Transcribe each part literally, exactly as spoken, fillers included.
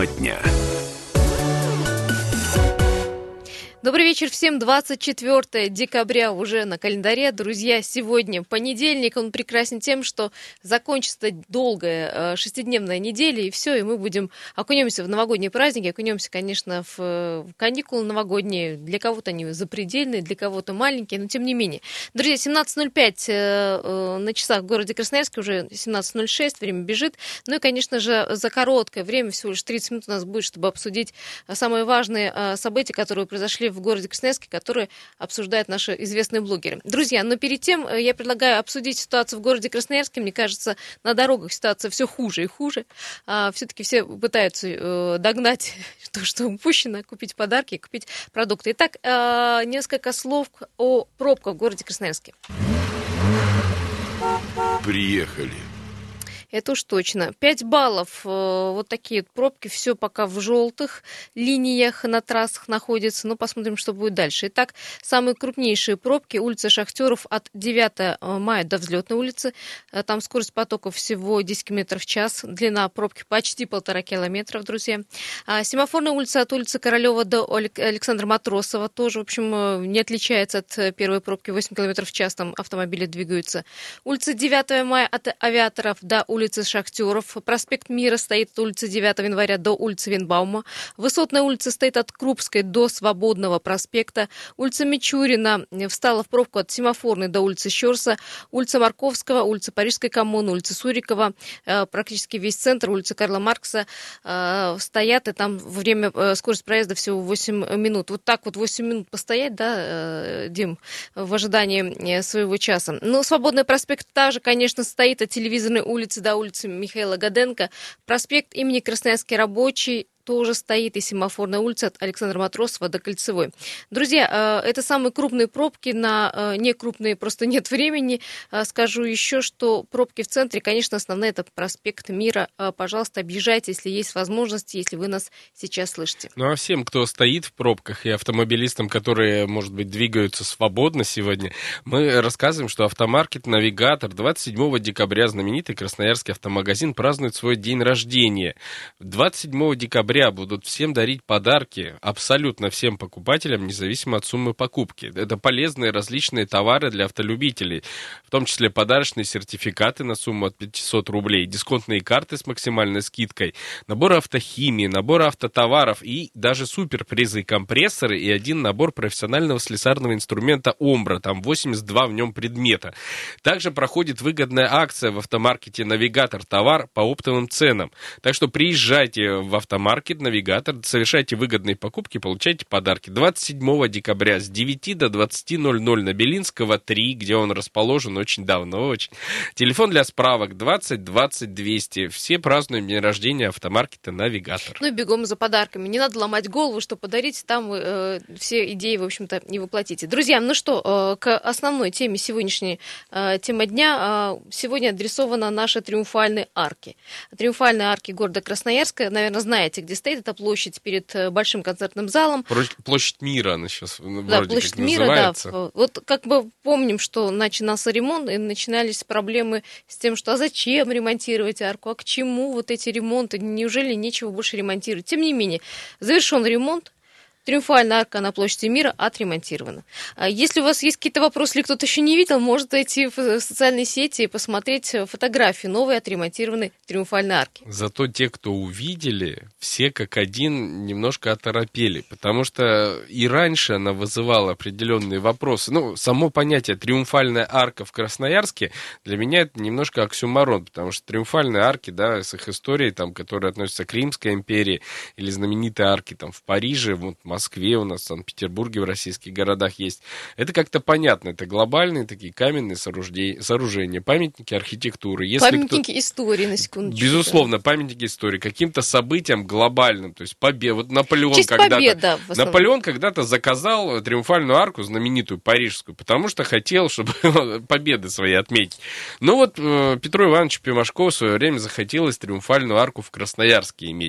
дня. Добрый вечер всем. двадцать четвёртое декабря уже на календаре. Друзья, сегодня понедельник. Он прекрасен тем, что закончится долгая шестидневная неделя, и все, и мы будем окунемся в новогодние праздники, окунемся, конечно, в каникулы новогодние. Для кого-то они запредельные, для кого-то маленькие, но тем не менее. Друзья, семнадцать ноль пять на часах в городе Красноярске, уже семнадцать ноль шесть, время бежит. Ну и, конечно же, за короткое время, всего лишь тридцать минут у нас будет, чтобы обсудить самые важные события, которые произошли в городе Красноярске, которые обсуждают наши известные блогеры. Друзья, но перед тем я предлагаю обсудить ситуацию в городе Красноярске. Мне кажется, на дорогах ситуация все хуже и хуже. А, все-таки все пытаются э, догнать то, что упущено, купить подарки, купить продукты. Итак, э, несколько слов о пробках в городе Красноярске. Приехали. Это уж точно. пять баллов. Вот такие вот пробки. Все пока в желтых линиях на трассах находится. Но посмотрим, что будет дальше. Итак, самые крупнейшие пробки. Улица Шахтеров от девятого мая до Взлетной улицы. Там скорость потока всего десять километров в час. Длина пробки почти полтора километра, друзья. Семафорная улица от улицы Королева до Александра Матросова. Тоже, в общем, не отличается от первой пробки. восемь километров в час там автомобили двигаются. Улица девятого мая от Авиаторов до улицы улица Шахтеров. Проспект Мира стоит от улицы девятого января до улицы Венбаума. Высотная улица стоит от Крупской до Свободного проспекта. Улица Мичурина встала в пробку от Семафорной до улицы Щерса. Улица Марковского, улица Парижской коммуны, улица Сурикова. Практически весь центр, улица Карла Маркса стоят. И там время, скорость проезда всего восемь минут. Вот так вот восемь минут постоять, да, Дим, в ожидании своего часа. Но Свободный проспект также, конечно, стоит от Телевизорной улицы до улицы Михаила Гаденко. Проспект имени Красноярский рабочий тоже стоит, и Семафорная улица от Александра Матросова до Кольцевой. Друзья, это самые крупные пробки, на некрупные просто нет времени. Скажу еще, что пробки в центре, конечно, основная — это проспект Мира. Пожалуйста, объезжайте, если есть возможность, если вы нас сейчас слышите. Ну а всем, кто стоит в пробках, и автомобилистам, которые, может быть, двигаются свободно сегодня, мы рассказываем, что автомаркет «Навигатор» двадцать седьмого декабря, знаменитый красноярский автомагазин, празднует свой день рождения. двадцать седьмого декабря будут всем дарить подарки, абсолютно всем покупателям, независимо от суммы покупки. Это полезные различные товары для автолюбителей, в том числе подарочные сертификаты на сумму от пятьсот рублей, дисконтные карты с максимальной скидкой, набор автохимии, набор автотоваров и даже суперпризы, компрессоры и один набор профессионального слесарного инструмента «Омбра». Там восемьдесят два в нем предмета. Также проходит выгодная акция в автомаркете «Навигатор», товар по оптовым ценам. Так что приезжайте в автомаркет «Навигатор», совершайте выгодные покупки, получайте подарки. двадцать седьмого декабря с девяти до двадцати ноль-ноль на Белинского три, где он расположен очень давно, очень. Телефон для справок двадцать двадцать двести. Все празднуем день рождения автомаркета «Навигатор». Ну и бегом за подарками. Не надо ломать голову, что подарить, там вы э, все идеи, в общем-то, не воплотите. Друзья, ну что, э, к основной теме сегодняшней э, темы дня. Э, сегодня адресована наша триумфальной арки. Триумфальной арки города Красноярска, наверное, знаете, где стоит эта площадь перед большим концертным залом. Площадь Мира она сейчас да, вроде площадь как Мира, называется. Да. Вот как бы помним, что начинался ремонт, и начинались проблемы с тем, что а зачем ремонтировать арку, а к чему вот эти ремонты, неужели нечего больше ремонтировать. Тем не менее, завершен ремонт. Триумфальная арка на площади Мира отремонтирована. Если у вас есть какие-то вопросы или кто-то еще не видел, может зайти в социальные сети и посмотреть фотографии новой отремонтированной Триумфальной арки. Зато те, кто увидели, все как один немножко оторопели, потому что и раньше она вызывала определенные вопросы. Ну, само понятие «Триумфальная арка» в Красноярске для меня это немножко оксюморон, потому что Триумфальные арки, да, с их историей, там, которые относятся к Римской империи, или знаменитые арки там в Париже, вот, в Москве, у нас в Санкт-Петербурге, в российских городах есть. Это как-то понятно. Это глобальные такие каменные сооружения, памятники архитектуры. Если памятники кто... истории, на секундочку. Безусловно, да. Памятники истории. Каким-то событиям глобальным. То есть победа. Вот Наполеон когда-то... Победа, Наполеон когда-то заказал Триумфальную арку, знаменитую парижскую, потому что хотел, чтобы победы свои отметить. Ну вот Петру Ивановичу Пимашкову в свое время захотелось Триумфальную арку в Красноярске иметь.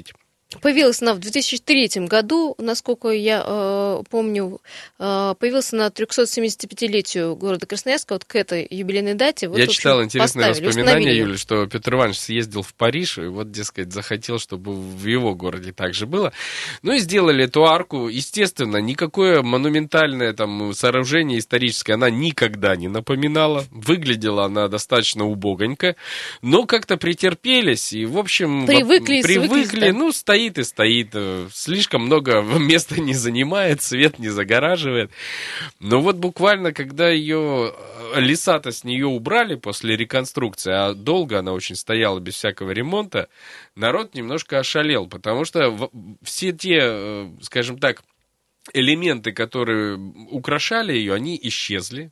Появилась она в две тысячи третьем году, насколько я э, помню, э, появилась на трехсот семидесятипятилетию города Красноярска, вот к этой юбилейной дате. Вот, я общем, читал интересное поставили, воспоминание, Юля, что Петр Иванович съездил в Париж, и вот, дескать, захотел, чтобы в его городе так же было. Ну и сделали эту арку. Естественно, никакое монументальное там сооружение историческое она никогда не напоминала. Выглядела она достаточно убогонько, но как-то претерпелись, и, в общем, привыкли, привыкли, ну, стоит и стоит, слишком много места не занимает, свет не загораживает. Но вот буквально, когда ее леса-то с нее убрали после реконструкции, а долго она очень стояла без всякого ремонта, народ немножко ошалел, потому что все те, скажем так, элементы, которые украшали ее, они исчезли.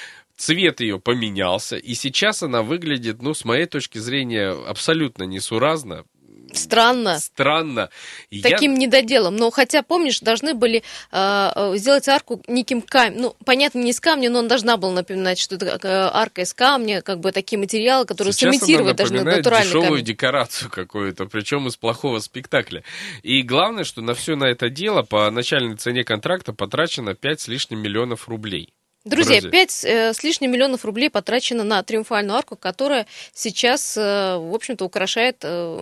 Цвет ее поменялся, и сейчас она выглядит, ну, с моей точки зрения, абсолютно несуразно. Странно. Странно. Таким Я... недоделом. Но хотя, помнишь, должны были э, сделать арку неким камнем. Ну, понятно, не из камня, но он должна была напоминать, что это арка из камня, как бы такие материалы, которые сейчас сымитировать должны натуральный камень. Сейчас дешевую декорацию какую-то, причем из плохого спектакля. И главное, что на все на это дело по начальной цене контракта потрачено пять с лишним миллионов рублей. Друзья, пять э, с лишним миллионов рублей потрачено на Триумфальную арку, которая сейчас, э, в общем-то, украшает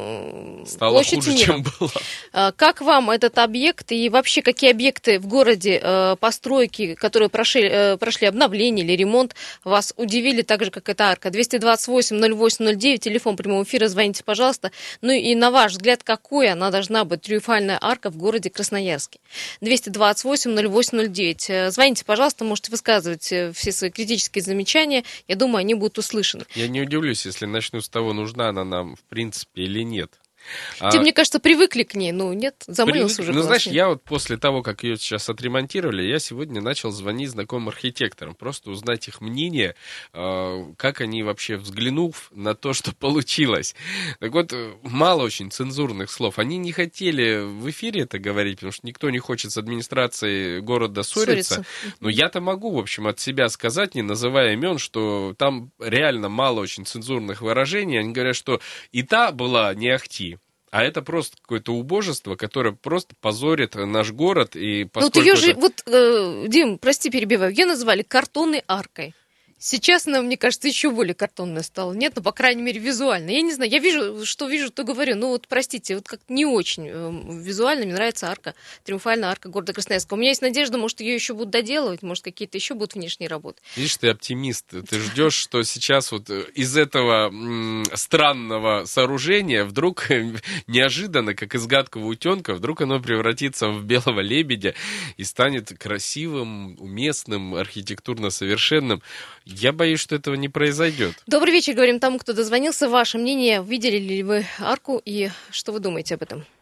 э, Стало площадь хуже, мира. чем было. Э, как вам этот объект и вообще какие объекты в городе, э, постройки, которые прошли, э, прошли обновление или ремонт, вас удивили так же, как эта арка? двести двадцать восемь ноль восемь ноль девять, телефон прямого эфира, звоните, пожалуйста. Ну и на ваш взгляд, какой она должна быть, Триумфальная арка в городе Красноярске? двести двадцать восемь ноль восемь ноль девять. Звоните, пожалуйста, можете высказывать все свои критические замечания, я думаю, они будут услышаны. Я не удивлюсь, если начну с того, нужна она нам в принципе или нет. Те, а... мне кажется, привыкли к ней, ну нет, замылился Привык... уже. Ну, знаешь, я вот после того, как ее сейчас отремонтировали, я сегодня начал звонить знакомым архитекторам, просто узнать их мнение, как они вообще, взглянув на то, что получилось. Так вот, мало очень цензурных слов. Они не хотели в эфире это говорить, потому что никто не хочет с администрацией города ссориться. ссориться. Но я-то могу, в общем, от себя сказать, не называя имен, что там реально мало очень цензурных выражений. Они говорят, что и та была не ахти. А это просто какое-то убожество, которое просто позорит наш город. И поскольку ну, вот ее же, это... вот, э, Дим, прости, перебиваю, ее назвали картонной аркой. Сейчас она, мне кажется, еще более картонная стала. Нет, ну, по крайней мере, визуально. Я не знаю, я вижу, что вижу, то говорю. Ну, вот, простите, вот как не очень э, визуально мне нравится арка, Триумфальная арка города Красноярска. У меня есть надежда, может, ее еще будут доделывать, может, какие-то еще будут внешние работы. Видишь, ты оптимист. Ты ждешь, что сейчас вот из этого м- странного сооружения вдруг неожиданно, как из гадкого утенка, вдруг оно превратится в белого лебедя и станет красивым, уместным, архитектурно совершенным. Я боюсь, что этого не произойдет. Добрый вечер, говорим тому, кто дозвонился. Ваше мнение, видели ли вы арку и что вы думаете об этом?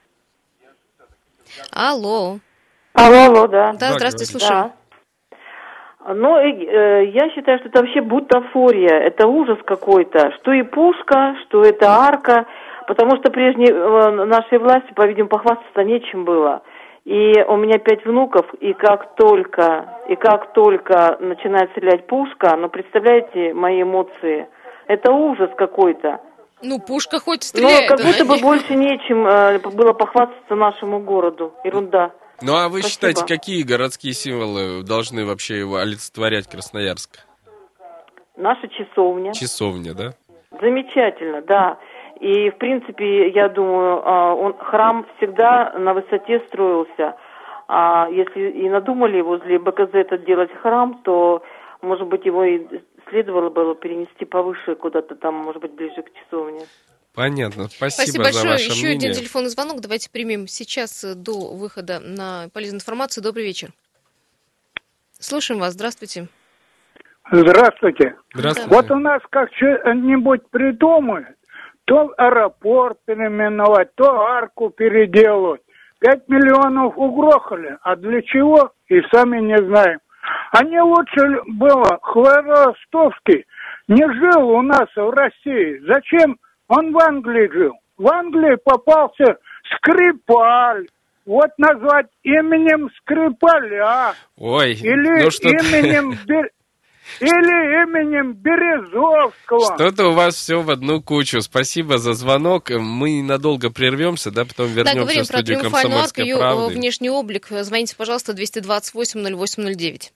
Алло. Алло, алло, да. Да, здравствуйте, слушаю. Да. Ну, э, я считаю, что это вообще бутафория, это ужас какой-то, что и пушка, что это арка, потому что прежней э, нашей власти, по-видимому, похвастаться нечем было. И у меня пять внуков, и как только, и как только начинает стрелять пушка, ну, представляете мои эмоции, это ужас какой-то. Ну, пушка хоть стреляет. Ну, как будто бы больше нечем э, было похвастаться нашему городу. Ерунда. Ну, а вы Спасибо. считаете, какие городские символы должны вообще его олицетворять Красноярск? Наша часовня. Часовня, да? Замечательно, да. И, в принципе, я думаю, он, храм всегда на высоте строился. А если и надумали возле БКЗ это делать храм, то, может быть, его и следовало было перенести повыше куда-то там, может быть, ближе к часовне. Понятно. Спасибо, Спасибо большое. за ваше Еще мнение. один телефонный звонок. Давайте примем сейчас до выхода на полезную информацию. Добрый вечер. Слушаем вас. Здравствуйте. Здравствуйте. Здравствуйте. Вот у нас как что-нибудь придумают, то аэропорт переименовать, то арку переделать. Пять миллионов угрохали, а для чего, и сами не знаем. А не лучше было, Хворостовский не жил у нас в России. Зачем он в Англии жил? В Англии попался Скрипаль. Вот назвать именем Скрипаля. Ой, Или ну что именем... Или именем Березовского. Что-то у вас все в одну кучу. Спасибо за звонок. Мы ненадолго прервемся, да, потом вернемся да, говорим в студию про Триумфальную арку, «Комсомольской ее правды». внешний облик. Звоните, пожалуйста, двести двадцать восемь ноль восемь ноль девять.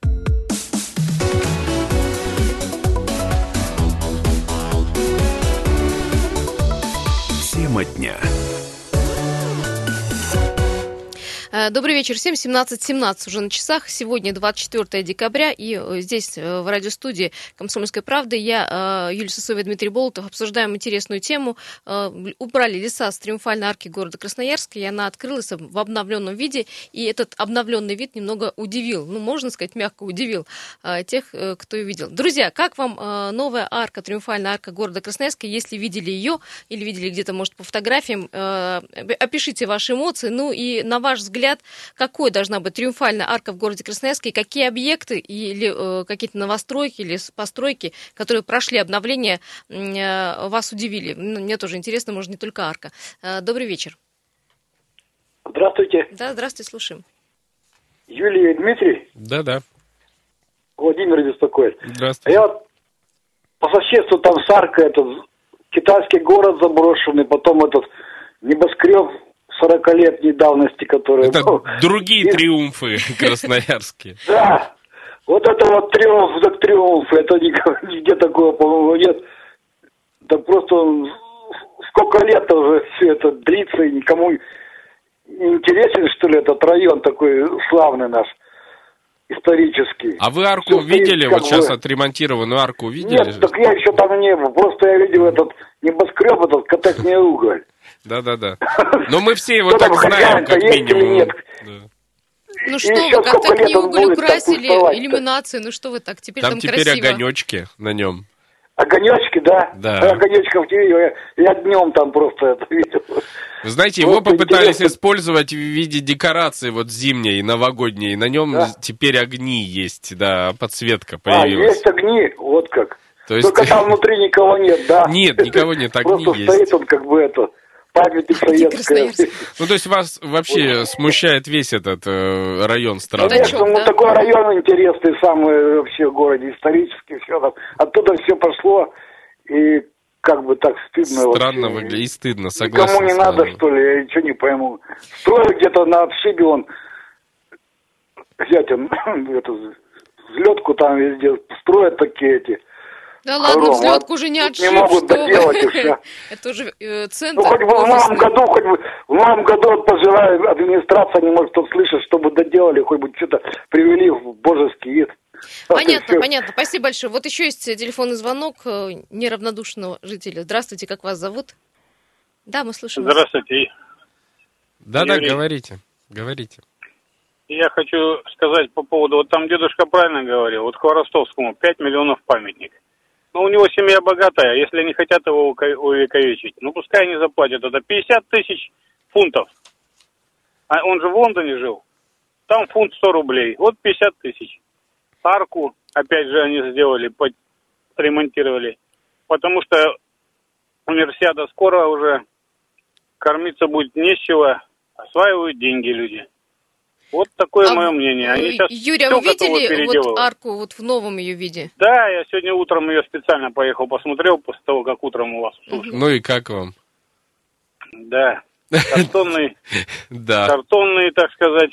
Тема дня. Добрый вечер. семь семнадцать семнадцать уже на часах. Сегодня двадцать четвёртое декабря. И здесь, в радиостудии «Комсомольской правды», я, Юлия Сысоева и Дмитрий Болотов обсуждаем интересную тему. Убрали леса с Триумфальной арки города Красноярска, и она открылась в обновленном виде. И этот обновленный вид немного удивил, ну, можно сказать, мягко удивил тех, кто ее видел. Друзья, как вам новая арка, Триумфальная арка города Красноярска? Если видели ее или видели где-то, может, по фотографиям, опишите ваши эмоции. Ну и на ваш взгляд, какой должна быть Триумфальная арка в городе Красноярске, и какие объекты или э, какие-то новостройки или постройки, которые прошли обновление, э, вас удивили? Мне тоже интересно, может, не только арка. Э, добрый вечер. Здравствуйте. Да, здравствуйте, слушаем. Юлия и Дмитрий. Да-да. Владимир беспокоит. Здравствуйте. А я вот по соседству там с аркой, этот китайский город заброшенный, потом этот небоскреб сорокалетней давности, который... Это был. другие И... триумфы красноярские. Да, вот это вот триумф за триумф, это нигде такого, по-моему, нет. Да просто сколько лет уже все это длится, и никому не интересен, что ли, этот район такой славный наш, исторический. А вы арку Все видели? стоит, Вот как сейчас бы... отремонтированную арку видели? Нет, так я еще там не был, просто я видел этот небоскреб, этот катать уголь. Да-да-да. Но мы все его Кто так там знаем, как хозяин-то есть или минимум. нет? Да. Ну И что еще вы, как сколько так лет не он уголь будет так украсили, пустовать-то? иллюминации, ну что вы так, теперь там, Там теперь красиво. огонечки на нем. Огонечки, да? Да. Огонечков не видел, я, я днем там просто это видел. Вы знаете, Просто его попытались интересно. использовать в виде декорации вот зимней, новогодней. На нем Да. теперь огни есть, да, подсветка А, появилась. есть огни, вот как. То есть... Только там внутри никого нет, да? Нет, никого нет, огни Просто есть. стоит он как бы это, памятник советская. Ну, то есть вас вообще смущает весь этот э, район страны? Конечно. Конечно, ну да? такой район интересный, самый вообще в городе, исторический, все там. Оттуда все пошло, и как бы так стыдно Странно вообще. выглядит и стыдно, согласен Никому не с надо, вами. что ли, я ничего не пойму. Строят где-то на отшибе, он, взять он, эту взлетку там везде, строят такие эти. Да ладно, Хоромы. взлетку уже не Не отшиб, могут что доделать и вы. всё. Это уже э, центр. Ну, хоть бы в новом офисный. году, хоть бы в новом году вот пожелаю, администрация не может услышать, чтобы доделали, хоть бы что-то привели в божеский вид. Понятно, Всё. понятно. Спасибо большое. Вот еще есть телефонный звонок э, неравнодушного жителя. Здравствуйте, как вас зовут? Да, мы слышим вас. Здравствуйте. Да-да, Юрий. говорите, говорите. Я хочу сказать по поводу, вот там дедушка правильно говорил, вот Хворостовскому пять миллионов памятник. Ну, у него семья богатая, если они хотят его ука- увековечить, ну, пускай они заплатят. Это пятьдесят тысяч фунтов. А он же в Лондоне жил. Там фунт сто рублей. Вот пятьдесят тысяч. Арку, опять же, они сделали, ремонтировали. Потому что универсиада скоро уже, кормиться будет не с чего, осваивают деньги люди. Вот такое А, мое мнение. Они сейчас Юрий, а всё вы видели вот переделывают. арку вот в новом ее виде? Да, я сегодня утром ее специально поехал, посмотрел после того, как утром у вас услышал. Ну и как вам? Да, картонный, Да. картонный, так сказать.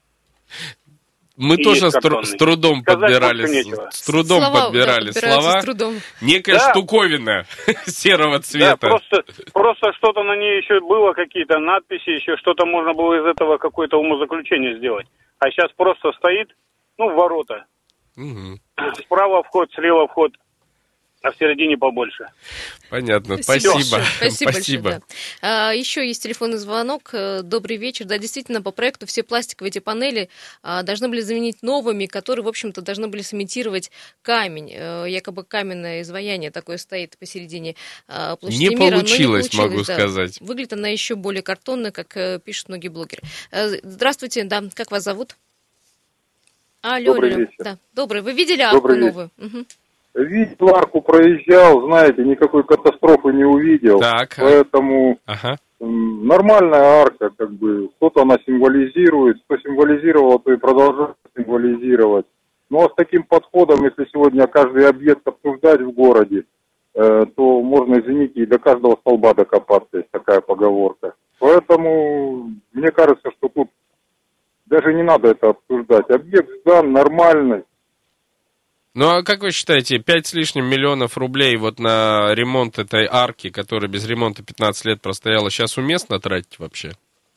Мы И тоже есть с, тру- картонный. с трудом Сказать подбирали, больше с, нечего. с трудом Слова, подбирали да, подбираются слова. с трудом. Некая Да. штуковина серого Да, цвета. просто, просто что-то на ней еще было, какие-то надписи, еще что-то можно было из этого какое-то умозаключение сделать. А сейчас просто стоит, ну, ворота. Мгм. Справа вход, слева вход, а в середине побольше. Понятно, Спасибо. спасибо. Спасибо, Спасибо. большое. Да. А, еще есть телефонный звонок. Э, Добрый вечер. Да, действительно, по проекту все пластиковые эти панели а, должны были заменить новыми, которые, в общем-то, должны были сымитировать камень. Э, якобы каменное изваяние такое стоит посередине а, площади Не мира, но не получилось, получилось, могу да. сказать. Выглядит она еще более картонно, как э, пишут многие блогеры. Э, здравствуйте, да, как вас зовут? Алло, Добрый алло. вечер. Да. Добрый. Вы видели арку Добрый вечер. новую? Угу. Видел арку, проезжал, знаете, никакой катастрофы не увидел. Так. Поэтому Ага. м, нормальная арка, как бы, что-то она символизирует, что символизировало, то и продолжает символизировать. Ну а с таким подходом, если сегодня каждый объект обсуждать в городе, э, то можно, извините, и до каждого столба докопаться, есть такая поговорка. Поэтому мне кажется, что тут даже не надо это обсуждать. Объект сдан нормальный. Ну, а как вы считаете, пять с лишним миллионов рублей вот на ремонт этой арки, которая без ремонта пятнадцать лет простояла, сейчас уместно тратить вообще?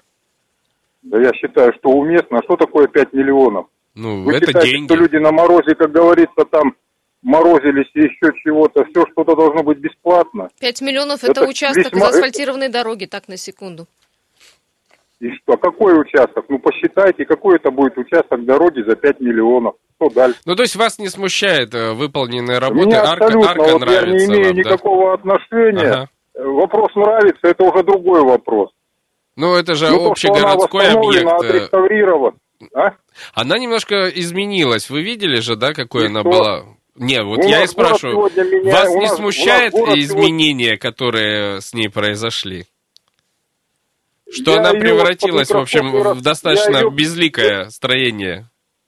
Да я считаю, что уместно. А что такое пять миллионов? Ну, Вы это считаете, деньги. что люди на морозе, как говорится, там морозились и еще чего-то, все что-то должно быть бесплатно? пять миллионов это, это участок весьма... заасфальтированной дороги, так, на секунду. И что? Какой участок? Ну, посчитайте, какой это будет участок дороги за пять миллионов. Что дальше? Ну, то есть вас не смущает э, выполненные работы? Меня арка, абсолютно, арка вот я не имею вам, никакого да? отношения. Ага. Вопрос нравится, это уже другой вопрос. Ну, это же ну, общегородской то, объект. Отреставрирован. А? Она немножко изменилась. Вы видели же, да, какой и она что? была? Не, вот у я и спрашиваю, меня... вас у не нас, смущает изменения, сегодня... которые с ней произошли? Что я она превратилась, вот в общем, раз... в достаточно ее... безликое строение?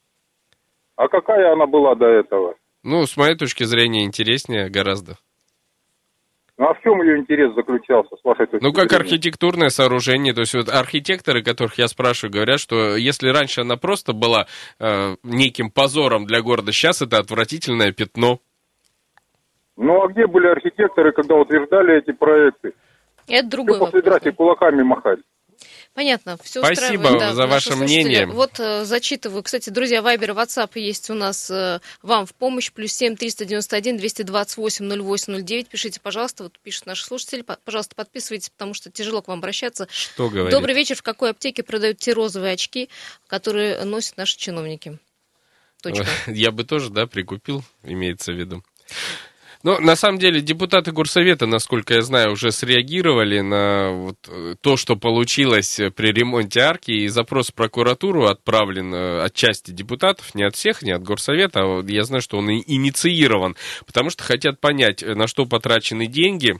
А какая она была до этого? Ну, с моей точки зрения, интереснее гораздо. Ну, а в чем ее интерес заключался, с вашей точки Ну, как зрения? архитектурное сооружение. То есть вот архитекторы, которых я спрашиваю, говорят, что если раньше она просто была э, неким позором для города, сейчас это отвратительное пятно. Ну, а где были архитекторы, когда утверждали эти проекты? Это другой Все после вопрос. драки кулаками махать. Понятно, все Спасибо устраивает, да, за ваше мнение. Вот э, зачитываю. Кстати, друзья, Вайбер и WhatsApp есть у нас э, вам в помощь. Плюс семь триста девяносто один двести двадцать восемь ноль восемь ноль девять. Пишите, пожалуйста. Вот пишут наши слушатели. Пожалуйста, подписывайтесь, потому что тяжело к вам обращаться. Что говорит? Добрый вечер. В какой аптеке продают те розовые очки, которые носят наши чиновники? Точка. Я бы тоже, да, прикупил, имеется в виду. Ну, на самом деле, депутаты Горсовета, насколько я знаю, уже среагировали на вот то, что получилось при ремонте арки, и запрос в прокуратуру отправлен от части депутатов, не от всех, не от Горсовета, а я знаю, что он инициирован, потому что хотят понять, на что потрачены деньги,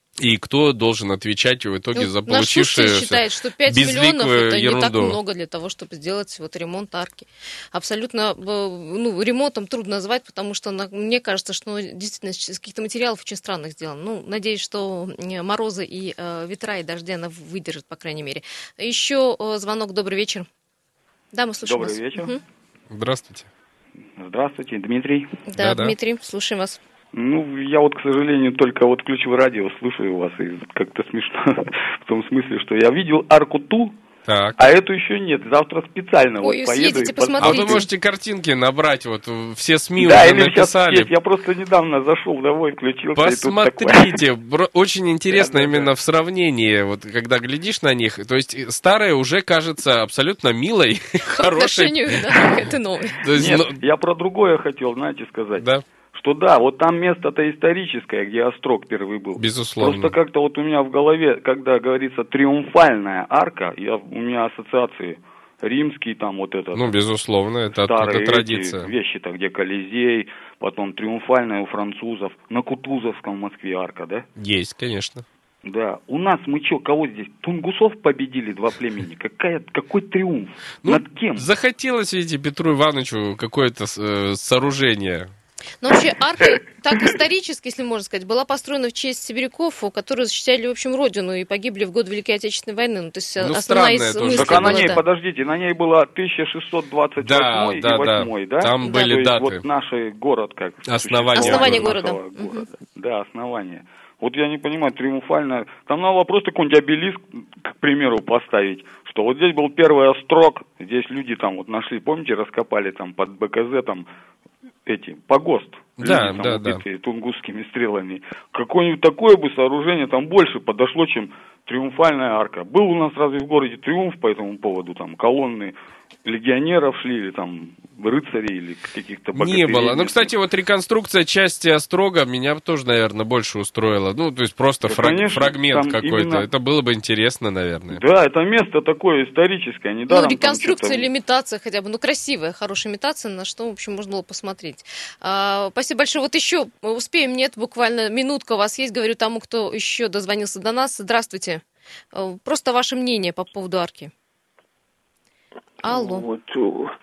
и кто должен отвечать в итоге ну, за получившее наш считает, что пять миллионов это ерунду. Не так много для того, чтобы сделать вот ремонт арки. Абсолютно, ну, ремонтом трудно назвать, потому что мне кажется, что действительно из каких-то материалов очень странных сделано. Ну, надеюсь, что морозы и э, ветра и дожди она выдержит, по крайней мере. Еще э, звонок. Добрый вечер. Да, мы слушаем Добрый вас. вечер. Угу. Здравствуйте. Здравствуйте, Дмитрий. Да, да, Дмитрий, слушаем вас. Ну, я вот, к сожалению, только вот включил радио, слушаю вас, и как-то смешно в том смысле, что я видел арку ту, так. А эту еще нет. Завтра специально Ой, вот поеду. И а вы можете картинки набрать, вот все СМИ да, уже или написали. Сейчас, я просто недавно зашел домой, включил. Посмотрите, очень интересно да, именно да. в сравнении, вот когда глядишь на них, то есть старая уже кажется абсолютно милой, хорошей. Да, это новый. Нет, я про другое хотел, знаете, сказать. Да. Что да, вот там место-то историческое, где Острог первый был. Безусловно. Просто как-то вот у меня в голове, когда говорится триумфальная арка, я, у меня ассоциации римский там вот этот. Ну, безусловно, это старые оттуда традиция. Эти вещи-то, где Колизей, потом триумфальная у французов, на Кутузовском в Москве арка, да? Есть, конечно. Да, у нас мы что, кого здесь? Тунгусов победили, два племени. Какая, какой триумф? Ну, над кем? Захотелось, видите, Петру Ивановичу какое-то э, сооружение. Но вообще арка, так исторически, если можно сказать, была построена в честь сибиряков, которые защищали, в общем, родину и погибли в год Великой Отечественной войны. Ну, то есть ну, основная из мыслей Так а на была, ней, да. подождите, на ней было тысяча шестьсот двадцать восемь да, и восемь, да? да? Там да. были То есть даты. вот наш город как... Основание, основание города. города. города. Угу. Да, основание. Вот я не понимаю, триумфально... Там надо просто какой-нибудь обелиск, к примеру, поставить, что вот здесь был первый острог, здесь люди там вот нашли, помните, раскопали там под БКЗ там эти, погост. Да, люди, там, да, убитые да. тунгусскими стрелами. Какое-нибудь такое бы сооружение там больше подошло, чем триумфальная арка. Был у нас разве в городе триумф по этому поводу? Там колонны легионеров шли, или там рыцарей, или каких-то богатырей. Не было. Ну, кстати, вот реконструкция части Острога меня тоже, наверное, больше устроила. Ну, то есть просто да, фраг... конечно, фрагмент какой-то. Именно... Это было бы интересно, наверное. Да, это место такое историческое. Недаром ну, реконструкция там или имитация хотя бы. Ну, красивая, хорошая имитация, на что, в общем, можно было посмотреть. А, спасибо большое. Вот еще успеем, нет, буквально минутка у вас есть. Говорю тому, кто еще дозвонился до нас. Здравствуйте. Просто ваше мнение по поводу арки. Алло. Вот,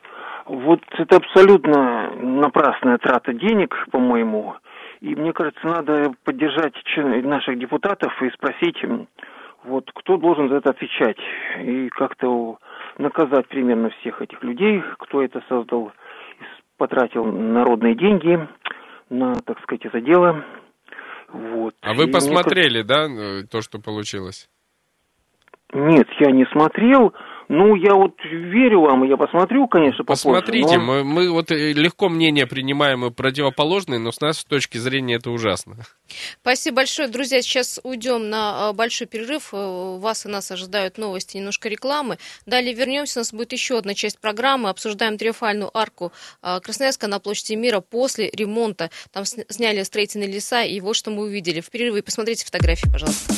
Вот это абсолютно напрасная трата денег, по-моему. И мне кажется, надо поддержать наших депутатов и спросить, вот кто должен за это отвечать. И как-то наказать примерно всех этих людей, кто это создал, потратил народные деньги на, так сказать, это дело. Вот. А вы и посмотрели, кажется... да, то, что получилось? Нет, я не смотрел. Ну, я вот верю вам, и я посмотрю, конечно, попозже. Посмотрите, но... мы, мы вот легко мнения принимаем и противоположные, но с нашей точки зрения это ужасно. Спасибо большое. Друзья, сейчас уйдем на большой перерыв. Вас и нас ожидают новости, немножко рекламы. Далее вернемся, у нас будет еще одна часть программы. Обсуждаем триумфальную арку Красноярска на площади Мира после ремонта. Там сняли строительные леса, и вот что мы увидели. В перерыве посмотрите фотографии, пожалуйста.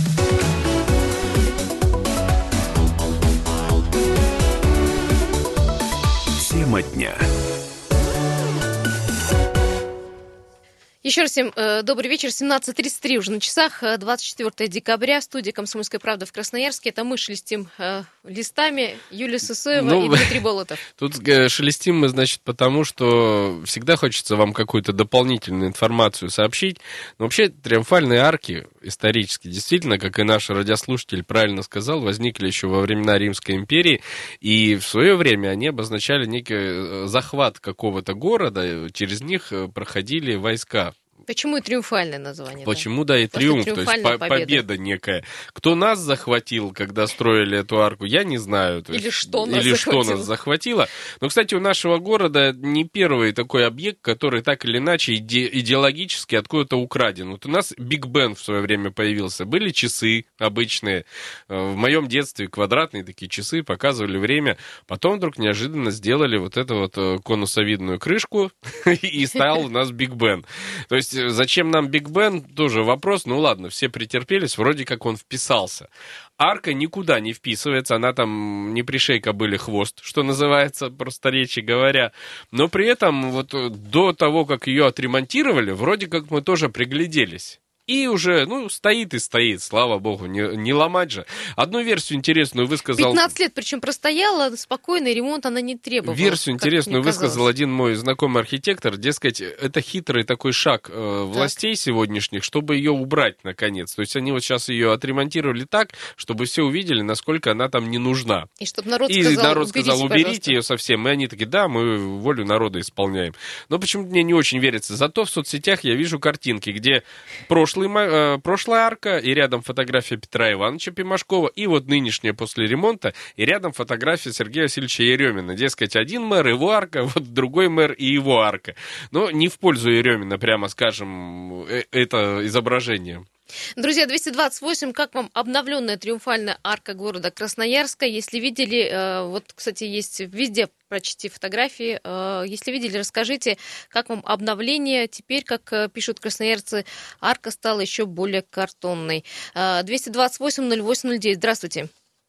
Тема дня. Еще раз всем э, добрый вечер. семнадцать тридцать три уже на часах, двадцать четвёртого декабря, студия «Комсомольская правда» в Красноярске. Это мы шелестим э, листами, Юлия Сысоева ну, и Дмитрий Болотов. Тут э, шелестим мы, значит, потому что всегда хочется вам какую-то дополнительную информацию сообщить. Но вообще триумфальные арки исторически, действительно, как и наш радиослушатель правильно сказал, возникли еще во времена Римской империи. И в свое время они обозначали некий захват какого-то города, через них проходили войска. Почему и триумфальное название? Почему, да, да и триумф, то есть по- победа. победа некая. Кто нас захватил, когда строили эту арку, я не знаю. То или есть, что нас или захватило. что нас захватило. Но, кстати, у нашего города не первый такой объект, который так или иначе иде- идеологически откуда-то украден. Вот у нас Биг Бен в свое время появился. Были часы обычные. В моем детстве квадратные такие часы показывали время. Потом вдруг неожиданно сделали вот эту вот конусовидную крышку, и стал у нас Биг Бен. То есть зачем нам Биг Бен, тоже вопрос. Ну ладно, все претерпелись, вроде как он вписался. Арка никуда не вписывается, она там не пришей кобыле хвост, что называется, просторечии говоря. Но при этом вот до того, как ее отремонтировали, вроде как мы тоже пригляделись. И уже, ну, стоит и стоит, слава богу, не, не ломать же. Одну версию интересную высказал... пятнадцать лет, причем простояла, спокойный ремонт она не требовала. Версию интересную высказал один мой знакомый архитектор. Дескать, это хитрый такой шаг э, властей так. сегодняшних, чтобы ее убрать, наконец. То есть они вот сейчас ее отремонтировали так, чтобы все увидели, насколько она там не нужна. И чтобы народ и сказал, народ уберите, сказал, уберите пожалуйста. ее совсем. И они такие, да, мы волю народа исполняем. Но почему-то мне не очень верится. Зато в соцсетях я вижу картинки, где прошлый прошлая арка, и рядом фотография Петра Ивановича Пимашкова, и вот нынешняя после ремонта, и рядом фотография Сергея Васильевича Еремина. Дескать, один мэр, его арка, вот другой мэр и его арка. Но не в пользу Еремина, прямо скажем, это изображение. Друзья, двести двадцать восемь, как вам обновленная триумфальная арка города Красноярска? Если видели, вот, кстати, есть везде, прочти фотографии, если видели, расскажите, как вам обновление. Теперь, как пишут красноярцы, арка стала еще более картонной. двести двадцать восемь ноль восемь ноль девять, здравствуйте.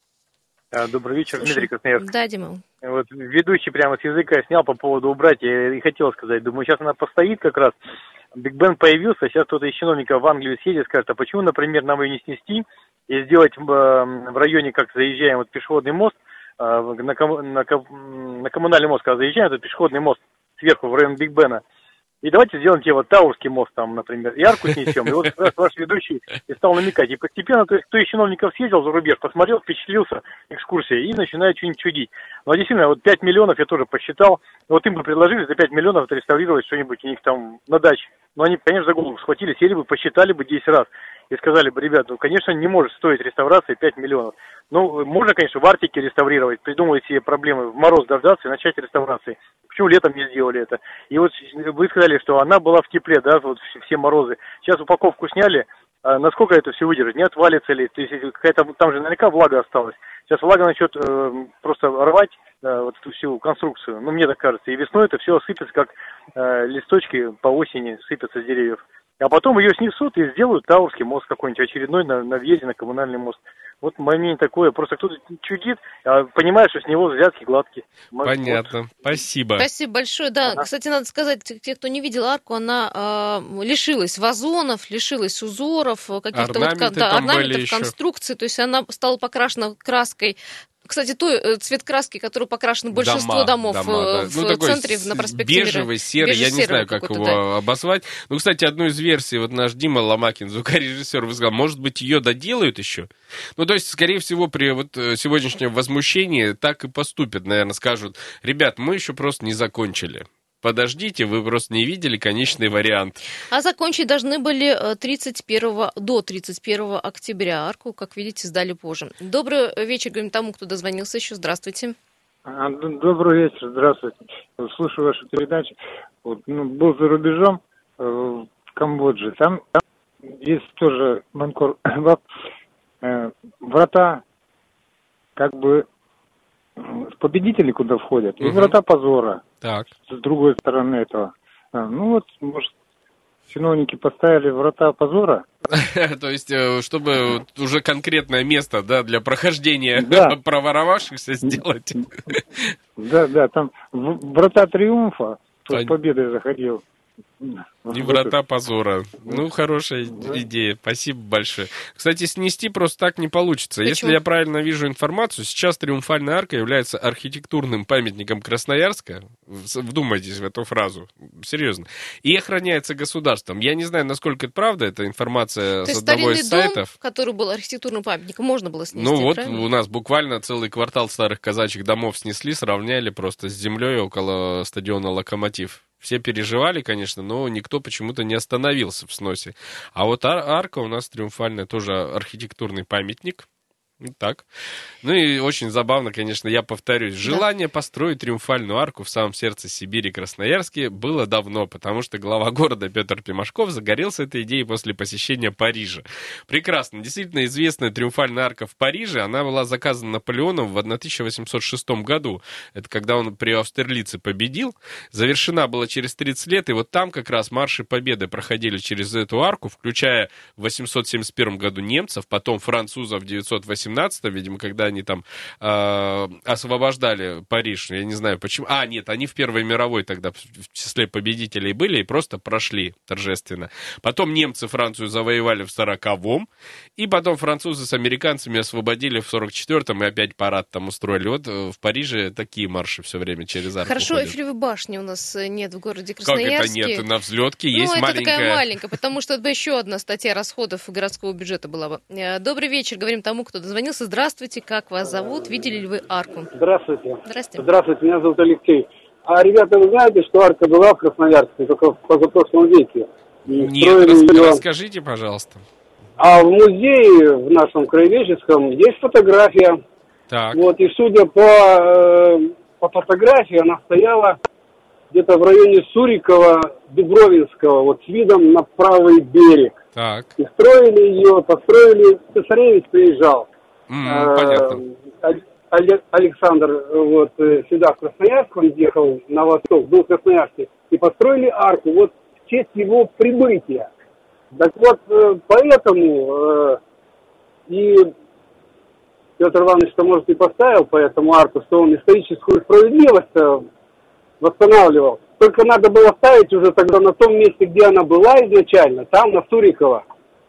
Добрый вечер, Слушай, Дмитрий Красноярск. Да, Дима. Вот ведущий прямо с языка снял по поводу убрать, я и хотел сказать, думаю, сейчас она постоит как раз. Биг Бен появился, сейчас кто-то из чиновников в Англию съедет, скажет, а почему, например, нам ее не снести и сделать в, в районе, как заезжаем, вот пешеходный мост, на, ком, на, на коммунальный мост, когда заезжаем, этот пешеходный мост сверху в район Биг Бена. И давайте сделаем тебе вот Таурский мост там, например, и арку снесем. И вот как раз ваш ведущий и стал намекать. И постепенно, то есть, кто из чиновников съездил за рубеж, посмотрел, впечатлился экскурсией и начинает что-нибудь чудить. Но действительно, вот пять миллионов я тоже посчитал. Вот им бы предложили за пять миллионов отреставрировать что-нибудь у них там на даче. Но они, конечно, за голову схватили, сели бы, посчитали бы десять раз. И сказали бы, ребят, ну, конечно, не может стоить реставрация пять миллионов. Ну, можно, конечно, в Арктике реставрировать, придумывать себе проблемы, в мороз дождаться и начать реставрации. Почему летом не сделали это? И вот вы сказали, что она была в тепле, да, вот все морозы. Сейчас упаковку сняли, а насколько это все выдержит? Не отвалится ли? То есть какая-то, там же наверняка влага осталась. Сейчас влага начнет э, просто рвать э, вот эту всю конструкцию, ну, мне так кажется. И весной это все сыпется, как э, листочки по осени сыпятся с деревьев. А потом ее снесут и сделают Таурский мост какой-нибудь очередной на, на въезде на коммунальный мост. Вот мое мнение такое. Просто кто-то чудит, а понимает, что с него взятки гладкие. Понятно. Вот. Спасибо. Спасибо большое. Да, ага. Кстати, надо сказать, те, кто не видел арку, она э, лишилась вазонов, лишилась узоров, каких-то орнаменты, вот, да, орнаментов, конструкций. То есть она стала покрашена краской Кстати, той цвет краски, который покрашен большинство дома, домов дома, да. в ну, центре, на проспекте Мира. Бежевый, серый, я не знаю, как его да. обозвать. Ну, кстати, одну из версий, вот наш Дима Ломакин, звукорежиссер, высказал, может быть, ее доделают еще? Ну, то есть, скорее всего, при вот сегодняшнем возмущении так и поступят, наверное, скажут, ребят, мы еще просто не закончили. Подождите, вы просто не видели конечный вариант. А закончить должны были тридцать первого, до тридцать первого октября. Арку, как видите, сдали позже. Добрый вечер, говорим тому, кто дозвонился еще. Здравствуйте. Добрый вечер, здравствуйте. Слушаю вашу передачу. Вот, ну, был за рубежом э, в Камбодже. Там, там есть тоже Манкор, э, врата, как бы победители куда входят, и угу. врата позора. Так. С другой стороны этого. А, ну вот, может, чиновники поставили врата позора. То есть, чтобы уже конкретное место, да, для прохождения да. проворовавшихся сделать. Да, да, там врата триумфа, кто с победой заходил. И врата позора. Ну, хорошая да. идея. Спасибо большое. Кстати, снести просто так не получится. Почему? Если я правильно вижу информацию, сейчас Триумфальная арка является архитектурным памятником Красноярска. Вдумайтесь в эту фразу. Серьезно. И охраняется государством. Я не знаю, насколько это правда, это информация То с одного из сайтов. Дом, который был архитектурным памятником, можно было снести, Ну вот, правильно? У нас буквально целый квартал старых казачьих домов снесли, сравняли просто с землей около стадиона «Локомотив». Все переживали, конечно, но никто почему-то не остановился в сносе. А вот ар- арка у нас триумфальная, тоже архитектурный памятник. Так. Ну и очень забавно, конечно, я повторюсь. Желание да. построить триумфальную арку в самом сердце Сибири, Красноярске, было давно, потому что глава города Петр Пимашков загорелся этой идеей после посещения Парижа. Прекрасно. Действительно известная триумфальная арка в Париже, она была заказана Наполеоном в тысяча восемьсот шестом году. Это когда он при Аустерлице победил. Завершена была через тридцать лет, и вот там как раз марши победы проходили через эту арку, включая в восемьсот семьдесят первом году немцев, потом французов в девятьсот восемнадцатом, видимо, когда они там э, освобождали Париж, я не знаю почему. А, нет, они в Первой мировой тогда в числе победителей были и просто прошли торжественно. Потом немцы Францию завоевали в сороковом, и потом французы с американцами освободили в сорок четвертом, и опять парад там устроили. Вот в Париже такие марши все время через арку Хорошо, ходят. Эйфелевой башни у нас нет в городе Красноярске. Как это нет? На взлетке ну, есть это маленькая. Ну, это такая маленькая, потому что это бы еще одна статья расходов городского бюджета была бы. Добрый вечер, говорим тому, кто дозвонился. Здравствуйте, как вас зовут? Видели ли вы арку? Здравствуйте. Здравствуйте. Здравствуйте, меня зовут Алексей. А, ребята, вы знаете, что арка была в Красноярске только в позапрошлом веке? Нет, рас... ее... расскажите, пожалуйста. А в музее в нашем краеведческом есть фотография. Так. Вот, и судя по, э, по фотографии, она стояла где-то в районе Сурикова, Дубровинского, вот с видом на правый берег. Так. И строили ее, построили, Цесаревич приезжал. Mm, понятно. Александр вот сюда, в Красноярск, он ехал на восток, был в Красноярске, и построили арку вот в честь его прибытия. Так вот, поэтому и Петр Иванович-то, может, и поставил по этому арку, что он историческую справедливость восстанавливал. Только надо было ставить уже тогда на том месте, где она была изначально, там, на Сурикова.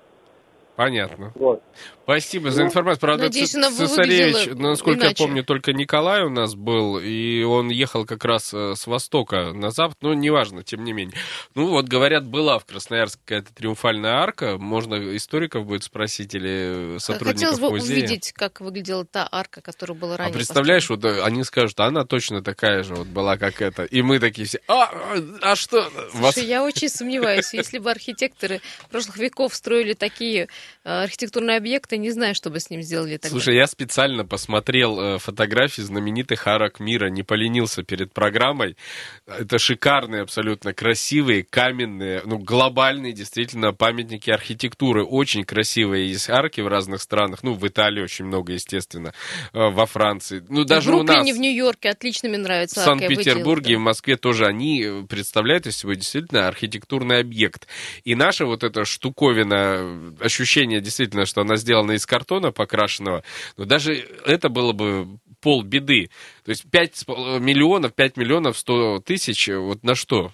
Понятно. Вот. Спасибо за информацию. Правда, Надеюсь, Цесаревич, насколько иначе. я помню, только Николай у нас был, и он ехал как раз с востока на запад, но неважно, тем не менее. Ну вот, говорят, была в Красноярске какая-то триумфальная арка, можно историков будет спросить или сотрудников музея. Хотелось бы увидеть, как выглядела та арка, которая была ранее. А представляешь, вот они скажут, она точно такая же вот была, как эта, и мы такие все, а, а что? Слушай, Вас... я очень сомневаюсь, если бы архитекторы прошлых веков строили такие архитектурные объекты, не знаю, что бы с ним сделали тогда. Слушай, я специально посмотрел э, фотографии знаменитых арок мира, не поленился перед программой. Это шикарные, абсолютно красивые, каменные, ну, глобальные, действительно, памятники архитектуры. Очень красивые есть арки в разных странах. Ну, в Италии очень много, естественно, э, во Франции. Ну, даже в Бруклине, у нас... в Нью-Йорке отлично мне нравится В арка. Санкт-Петербурге и в Москве тоже они представляют из себя действительно архитектурный объект. И наша вот эта штуковина, ощущение действительно, что она сделана из картона покрашенного, но даже это было бы полбеды. То есть пять миллионов, пять миллионов сто тысяч, вот на что?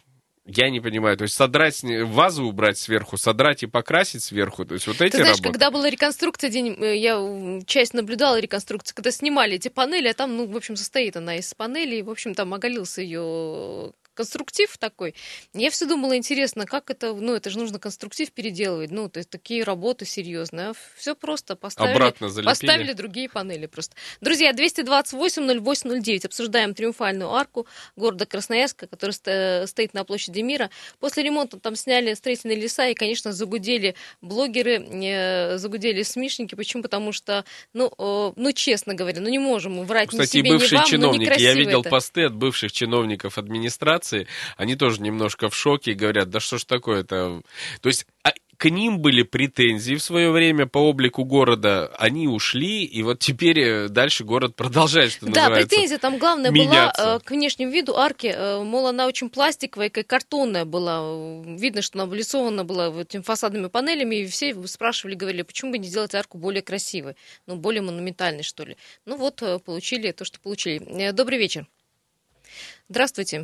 Я не понимаю, то есть содрать, вазу убрать сверху, содрать и покрасить сверху, то есть вот эти Ты знаешь, работы? когда была реконструкция, день, я часть наблюдала реконструкцию, когда снимали эти панели, а там, ну, в общем, состоит она из панелей, в общем, там оголился ее конструктив такой. Я все думала, интересно, как это, ну, это же нужно конструктив переделывать, ну, то есть такие работы серьезные. Все просто поставили, обратно залепили. Поставили другие панели просто. Друзья, двести двадцать восемь ноль восемь ноль девять. Обсуждаем триумфальную арку города Красноярска, которая стоит на площади Мира. После ремонта там сняли строительные леса, и, конечно, загудели блогеры, загудели смешники. Почему? Потому что, ну, ну честно говоря, ну не можем мы врать Кстати, ни себе, бывшие ни вам, чиновники, ну я видел это. посты от бывших чиновников администрации, они тоже немножко в шоке и говорят, да что ж такое-то. То есть а, к ним были претензии в свое время по облику города, они ушли, и вот теперь дальше город продолжает, что да, называется, претензия там главная меняться. Была к внешнему виду арки, мол, она очень пластиковая, как картонная была. Видно, что она облицована была вот этими фасадными панелями, и все спрашивали, говорили, почему бы не сделать арку более красивой, ну, более монументальной, что ли. Ну вот, получили то, что получили. Добрый вечер. Здравствуйте.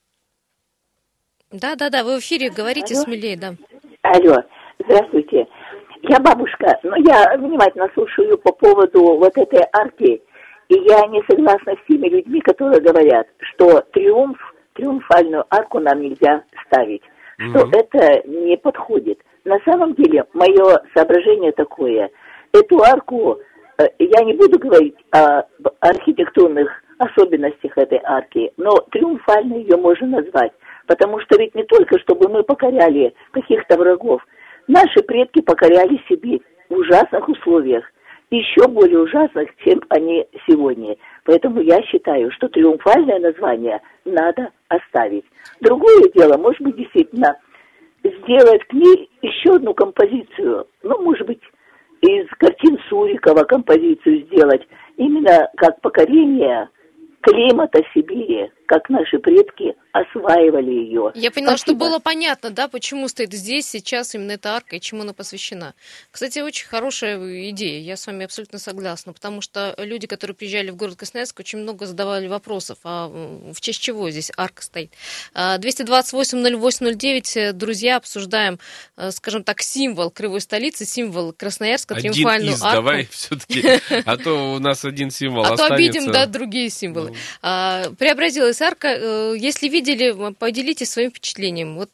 Да-да-да, вы в эфире, говорите Алло. Смелее, да. Алло, здравствуйте. Я бабушка, но я внимательно слушаю по поводу вот этой арки, и я не согласна с теми людьми, которые говорят, что триумф, триумфальную арку нам нельзя ставить, mm-hmm. что это не подходит. На самом деле, мое соображение такое, эту арку, я не буду говорить о архитектурных особенностях этой арки, но триумфально ее можно назвать. Потому что ведь не только, чтобы мы покоряли каких-то врагов. Наши предки покоряли Сибирь в ужасных условиях. Еще более ужасных, чем они сегодня. Поэтому я считаю, что триумфальное название надо оставить. Другое дело, может быть, действительно, сделать к ней еще одну композицию. Ну, может быть, из картин Сурикова композицию сделать. Именно как покорение климата Сибири, как наши предки осваивали ее. Я поняла, Спасибо. Что было понятно, да, почему стоит здесь, сейчас именно эта арка и чему она посвящена. Кстати, очень хорошая идея, я с вами абсолютно согласна, потому что люди, которые приезжали в город Красноярск, очень много задавали вопросов, а в честь чего здесь арка стоит. двести двадцать восемь ноль восемь ноль девять, друзья, обсуждаем, скажем так, символ кривой столицы, символ Красноярска, один триумфальную из, арку. Давай все-таки, а то у нас один символ останется. А то обидим, да, другие символы. Преобразилась арка. Если видели, поделитесь своим впечатлением. Вот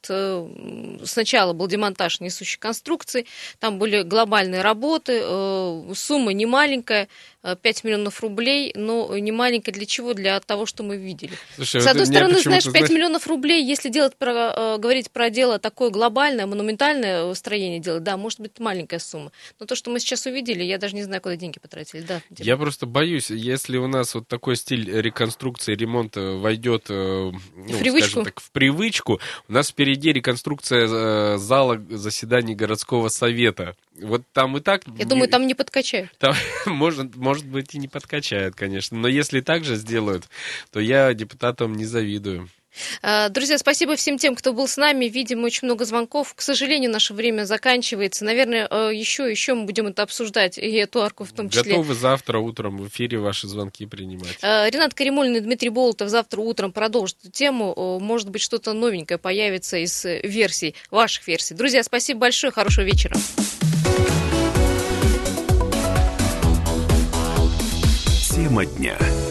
сначала был демонтаж несущей конструкции, там были глобальные работы, сумма не маленькая, пять миллионов рублей, но не маленькая для чего? Для того, что мы видели. Слушай, С одной вот стороны, знаешь, пять миллионов рублей, если делать про, говорить про дело такое глобальное, монументальное строение делать, да, может быть, маленькая сумма. Но то, что мы сейчас увидели, я даже не знаю, куда деньги потратили. Да, я просто боюсь, если у нас вот такой стиль реконструкции, ремонта войдет, ну, в привычку. Скажем так, в привычку, у нас впереди реконструкция зала заседаний городского совета. Вот там и так... Я думаю, там не подкачают. Там, может, может быть, и не подкачают, конечно. Но если так же сделают, то я депутатам не завидую. Друзья, спасибо всем тем, кто был с нами. Видим очень много звонков. К сожалению, наше время заканчивается. Наверное, еще, еще мы будем это обсуждать, и эту арку в том числе. Готовы завтра утром в эфире ваши звонки принимать. Ренат Каримуллин и Дмитрий Болотов завтра утром продолжат эту тему. Может быть, что-то новенькое появится из версий, ваших версий. Друзья, спасибо большое. Хорошего вечера. Тема дня.